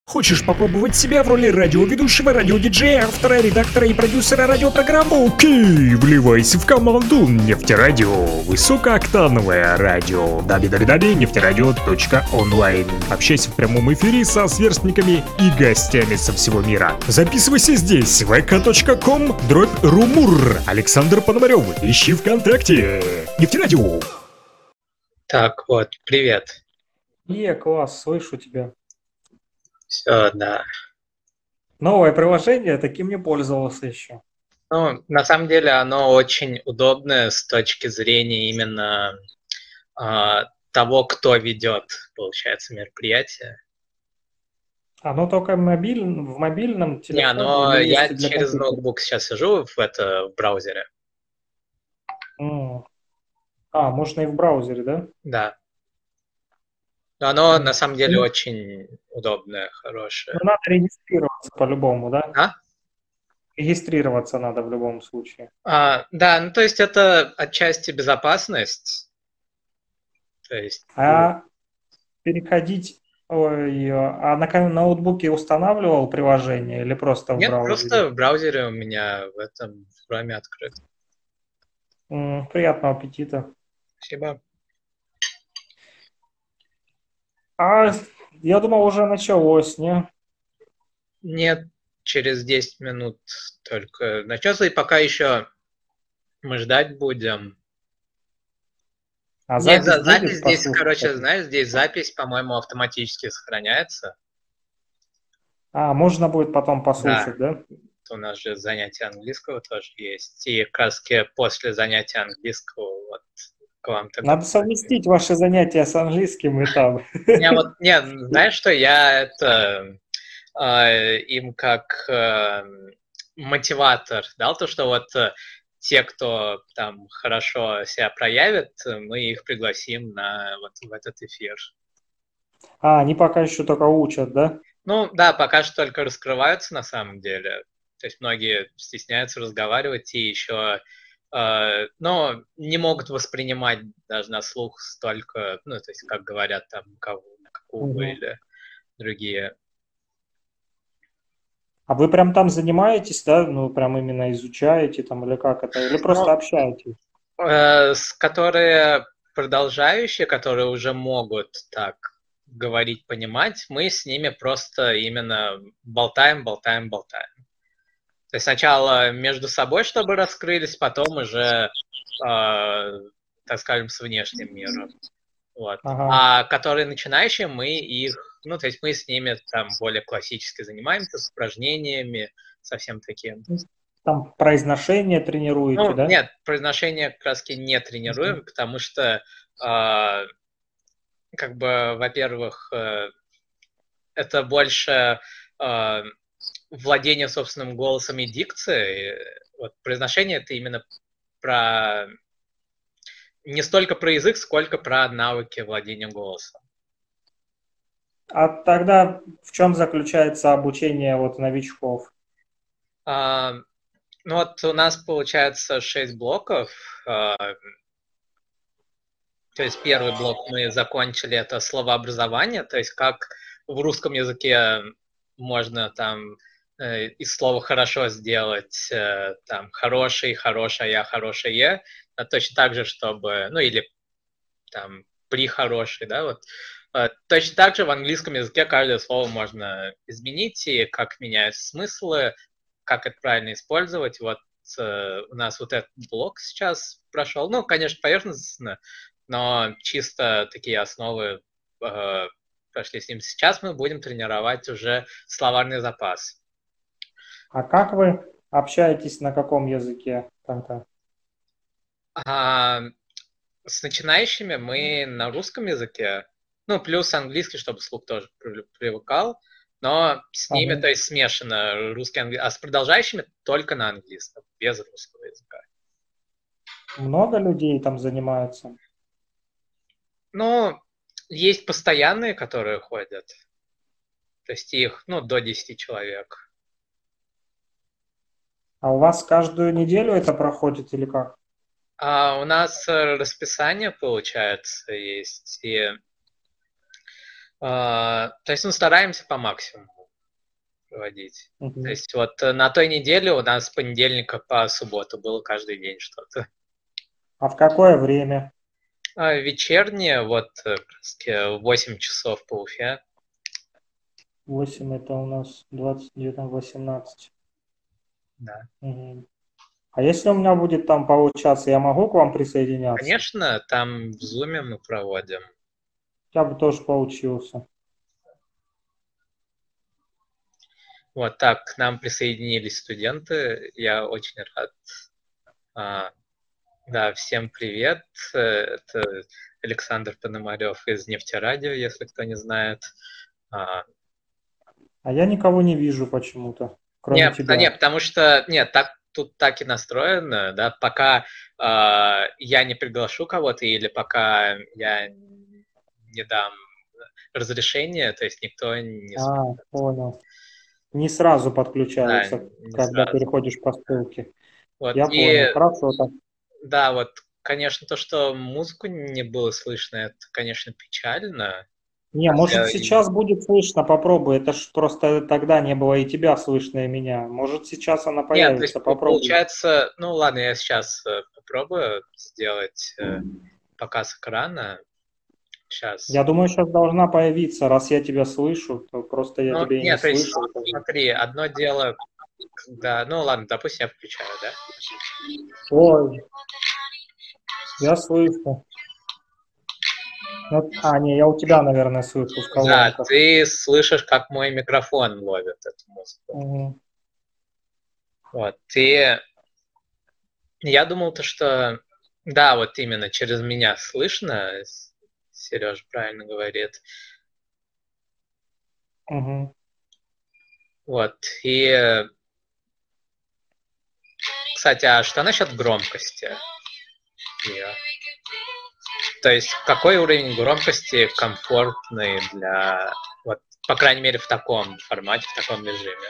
Хочешь попробовать себя в роли радиоведущего, радиодиджея, автора, редактора и продюсера радиопрограммы? Окей, вливайся в команду Нефтерадио. Высокооктановое радио. www.нефтерадио.онлайн. Общайся в прямом эфире со сверстниками и гостями со всего мира. Записывайся здесь, vk.com/румур. Александр Пономарев. Ищи ВКонтакте. Нефтерадио. Так, вот, привет. Класс, слышу тебя. Все, да. Новое приложение, таким не пользовался еще. Ну, на самом деле оно очень удобное с точки зрения именно того, кто ведет, получается, мероприятие. Оно только в мобильном телефоне? Не, но или я есть и для через компьютера? ноутбук сейчас сижу в браузере. Можно и в браузере, да? Да. Но оно на самом деле очень удобное, хорошее. Ну, надо регистрироваться по-любому, да? А? Регистрироваться надо в любом случае. Да, ну то есть это отчасти безопасность. То есть... переходить... на ноутбуке устанавливал приложение или просто в Нет, браузере? просто в браузере у меня в этом Chrome открыт. Приятного аппетита. Спасибо. Я думал, уже началось, не? Нет, через 10 минут только начнется, и пока еще мы ждать будем. Нет, запись здесь, знаешь, здесь запись, по-моему, автоматически сохраняется. Можно будет потом послушать, да? У нас же занятие английского тоже есть. И как раз после занятия английского вот к вам тогда... Надо совместить ваши занятия с английским и там. Нет, знаешь что, я им как мотиватор дал, то, что вот те, кто там хорошо себя проявит, мы их пригласим в этот эфир. Они пока еще только учат, да? Ну да, пока что только раскрываются на самом деле. То есть многие стесняются разговаривать и еще, но не могут воспринимать даже на слух столько, ну то есть как говорят там Каву или другие. А вы прям там занимаетесь, да? Ну, прям именно изучаете там, или как это? Или просто общаетесь? Которые продолжающие, которые уже могут так говорить, понимать, мы с ними просто именно болтаем. То есть сначала между собой, чтобы раскрылись, потом уже, так скажем, с внешним миром. Вот. А которые начинающие, мы их, ну, то есть мы с ними там более классически занимаемся, с упражнениями, со всем таким. Там произношение тренируете, да? Нет, произношение как раз не тренируем, потому что, как бы, во-первых, это больше владение собственным голосом и дикцией. Вот произношение — это именно про... Не столько про язык, сколько про навыки владения голосом. А тогда в чем заключается обучение вот новичков? Ну вот у нас получается 6 блоков. То есть первый блок мы закончили, это словообразование, то есть как в русском языке можно там из слова «хорошо» сделать там «хороший», «хорошая», «хорошее», точно так же, чтобы, ну или там «прихороший», да, вот. Точно так же в английском языке каждое слово можно изменить, и как меняются смыслы, как это правильно использовать. Вот у нас вот этот блок сейчас прошел, ну, конечно, поверхностно, но чисто такие основы прошли с ним. Сейчас мы будем тренировать уже словарный запас. А как вы общаетесь, на каком языке там-то? С начинающими мы на русском языке, ну, плюс английский, чтобы слух тоже привыкал, но с ними, то есть смешано русский и английский, а с продолжающими только на английском, без русского языка. Много людей там занимаются? Ну, есть постоянные, которые ходят. То есть их, ну, до 10 человек. А у вас каждую неделю это проходит или как? У нас расписание, получается, есть. И То есть, ну, стараемся по максимуму проводить. То Мгм. есть вот на той неделе у нас с понедельника по субботу было каждый день что-то. А в какое время? Вечернее, вот как раз-таки 8 часов по Уфе. 8 это у нас 29, 18. Да. Мгм. А если у меня будет там получаться, я могу к вам присоединяться? Конечно, там в Зуме мы проводим. Я бы тоже поучился. Вот так к нам присоединились студенты. Я очень рад. Да, всем привет. Это Александр Пономарев из Нефтерадио, если кто не знает. А я никого не вижу почему-то, кроме Нет, тебя. потому что тут так и настроено, да, пока я не приглашу кого-то или пока я не дам разрешение, то есть никто не сможет. Понял. Не сразу Да, подключаются, не когда сразу. переходишь по ссылке. Вот, Я понял. Хорошо так. да, вот, конечно, то, что музыку не было слышно, это, конечно, печально. Не, может Хотя сейчас будет слышно, попробуй. Это ж просто тогда не было и тебя слышно, и меня. Может сейчас она Нет, то есть появится, попробуй. получается, ну ладно, я сейчас попробую сделать показ экрана. Сейчас. Я думаю, сейчас должна появиться, раз я тебя слышу, то просто я Ну, тебя и не нет, то есть, слышу. смотри, одно дело, когда, ну ладно, допустим, я включаю, да? Ой, я слышу. Не, я у тебя, наверное, слышу в Да, колонках. ты слышишь, как мой микрофон ловит эту музыку. Мгм. Вот, я думал то, что, да, вот именно через меня слышно, Сережа правильно говорит. Мгм. Вот, кстати, а что насчет громкости её? То есть какой уровень громкости комфортный для, вот, по крайней мере, в таком формате, в таком режиме?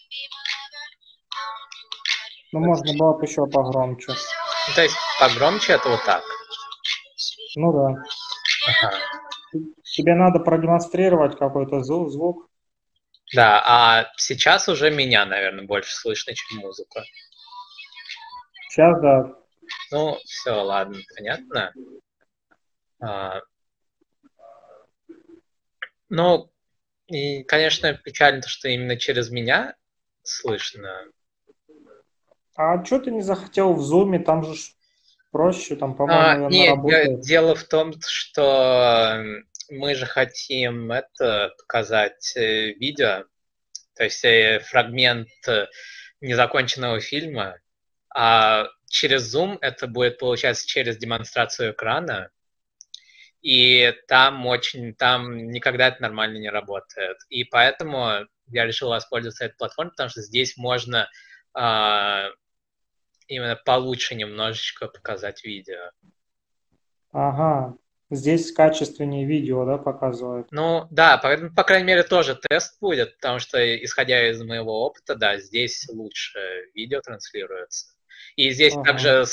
Ну, можно было бы еще погромче. Ну, то есть погромче это вот так. Ну да. Ага. Тебе надо продемонстрировать какой-то звук. Да, а сейчас уже меня, наверное, больше слышно, чем музыку. Сейчас, да. Ну, все, ладно, понятно. Ну, и, конечно, печально то, что именно через меня слышно. А что ты не захотел в зуме? Там же проще, там, по-моему, я на Нет, работе. дело в том, что мы же хотим показать видео, то есть фрагмент незаконченного фильма, а через Zoom это будет получаться через демонстрацию экрана, и там никогда это нормально не работает. И поэтому я решил воспользоваться этой платформой, потому что здесь можно именно получше немножечко показать видео. Ага. Здесь качественнее видео, да, показывают? Ну, да, по крайней мере, тоже тест будет, потому что, исходя из моего опыта, да, здесь лучше видео транслируется. И здесь Ага.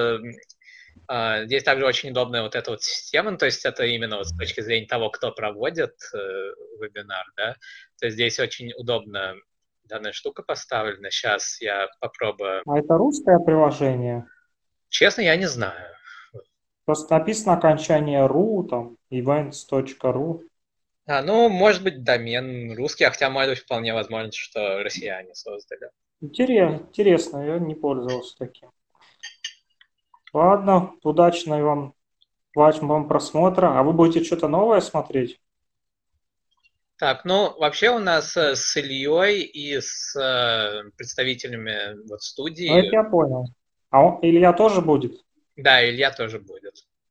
здесь также очень удобная вот эта вот система, ну, то есть это именно вот с точки зрения того, кто проводит вебинар, да, то есть здесь очень удобно данная штука поставлена. Сейчас я попробую. А это русское приложение? Честно, я не знаю. Просто написано окончание .ru, там, events.ru. Ну, может быть, домен русский, хотя, может быть, вполне возможно, что россияне создали. Интересно, я не пользовался таким. Ладно, удачного вам просмотра. А вы будете что-то новое смотреть? Так, ну, вообще у нас с Ильей и с представителями вот студии... Ну, это я понял. А Илья тоже будет? Да, Илья тоже будет.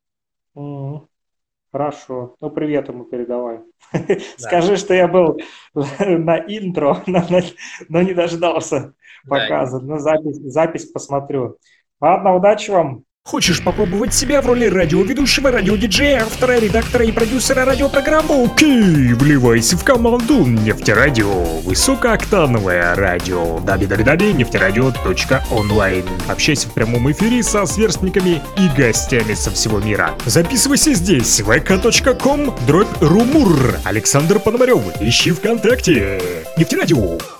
Хорошо. Ну, привет ему передавай. Да. Скажи, что я был на интро, но не дождался Да. показа. Ну, запись посмотрю. Ладно, удачи вам. Хочешь попробовать себя в роли радиоведущего, радиодиджея, автора, редактора и продюсера радиопрограммы? Окей, вливайся в команду Нефтерадио. Высокооктановое радио. www.нефтерадио.онлайн. Общайся в прямом эфире со сверстниками и гостями со всего мира. Записывайся здесь, vk.com/rumur. Александр Пономарев. Ищи ВКонтакте. Нефтерадио.